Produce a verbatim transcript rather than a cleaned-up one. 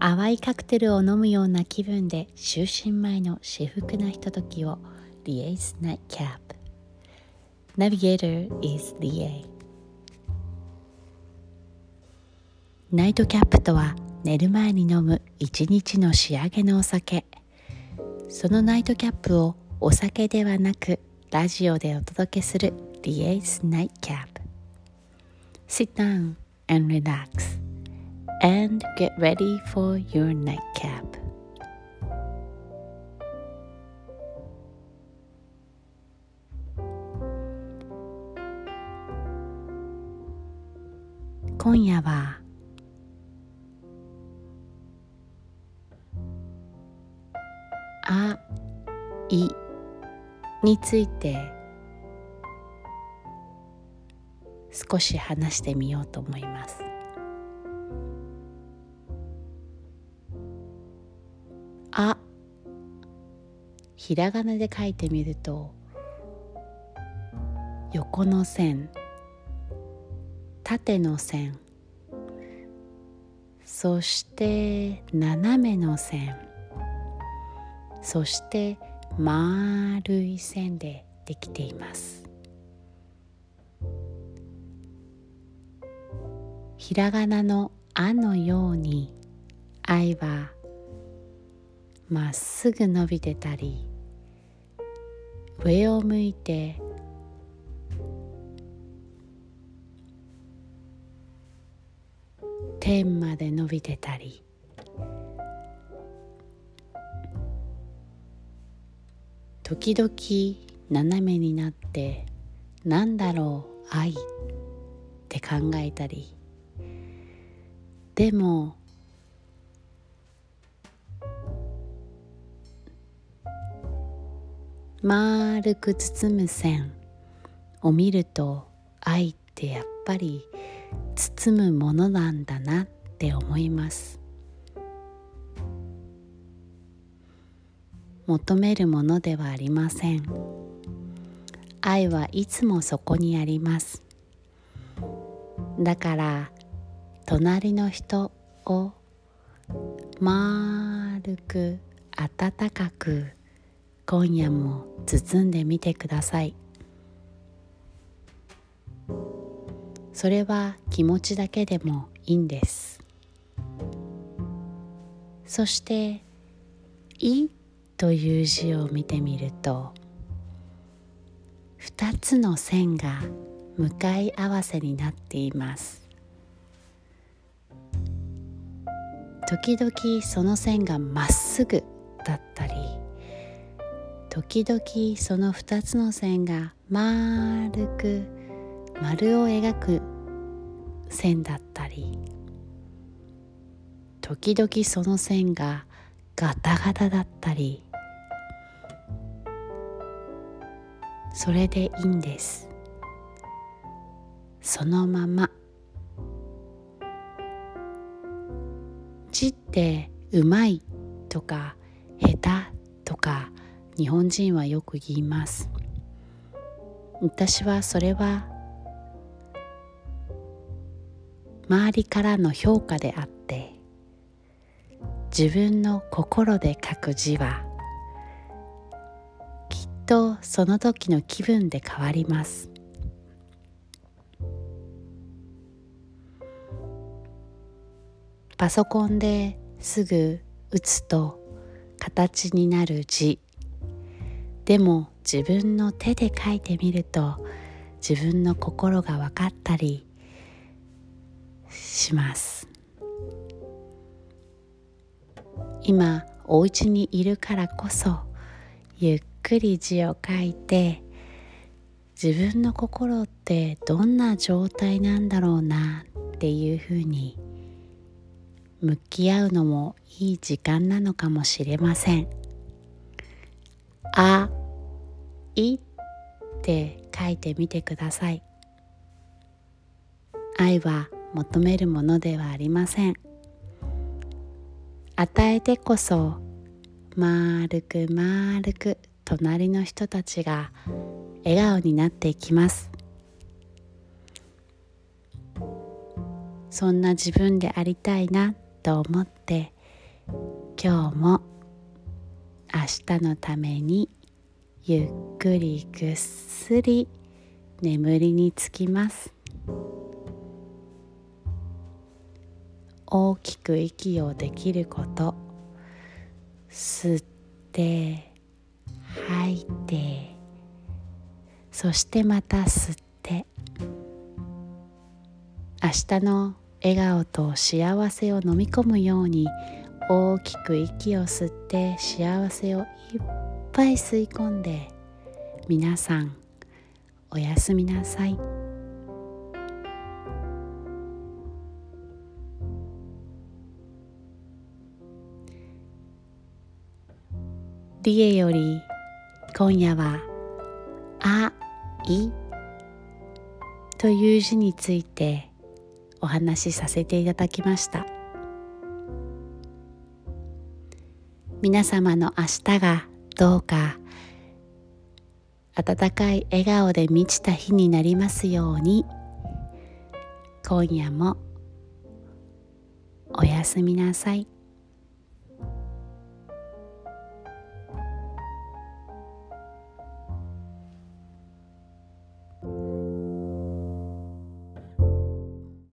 淡いカクテルを飲むような気分で就寝前の至福なひとときを。 Lia's Nightcap Navigator is Lia。 ナイトキャップとは寝る前に飲む一日の仕上げのお酒。そのナイトキャップをお酒ではなくラジオでお届けする Lia's Nightcap。 Sit down and relax and get ready for your nightcap。 今夜は愛について少し話してみようと思います。あ、ひらがなで書いてみると横の線、縦の線、そして斜めの線、そして丸い線でできています。ひらがなのあのように愛はまっすぐ伸びてたり、上を向いて天まで伸びてたり、時々斜めになってなんだろう愛って考えたり、でも丸く包む線を見ると愛ってやっぱり包むものなんだなって思います。求めるものではありません。愛はいつもそこにあります。だから隣の人を丸く温かく今夜も包んでみてください。それは気持ちだけでもいいんです。そしていという字を見てみると、二つの線が向かい合わせになっています。時々その線がまっすぐだったり、時々その二つの線が丸く丸を描く線だったり、時々その線がガタガタだったり、それでいいんです。そのまま。字ってうまいとか下手とか日本人はよく言います。私はそれは周りからの評価であって、自分の心で書く字はきっとその時の気分で変わります。パソコンですぐ打つと形になる字でも、自分の手で書いてみると自分の心が分かったりします。今お家にいるからこそゆっくり字を書いて、自分の心ってどんな状態なんだろうなっていうふうに向き合うのもいい時間なのかもしれません。あ、いって書いてみてください。愛は求めるものではありません。与えてこそ丸く丸く隣の人たちが笑顔になっていきます。そんな自分でありたいなと思って今日も明日のためにゆっくりぐっすり眠りにつきます。大きく息をできること、吸って吐いて、そしてまた吸って、明日の笑顔と幸せを飲み込むように大きく息を吸って幸せをいっぱい吸い込んで、皆さんおやすみなさい。リエより今夜は愛という字についてお話しさせていただきました。皆様の明日がどうか温かい笑顔で満ちた日になりますように。今夜もおやすみなさい。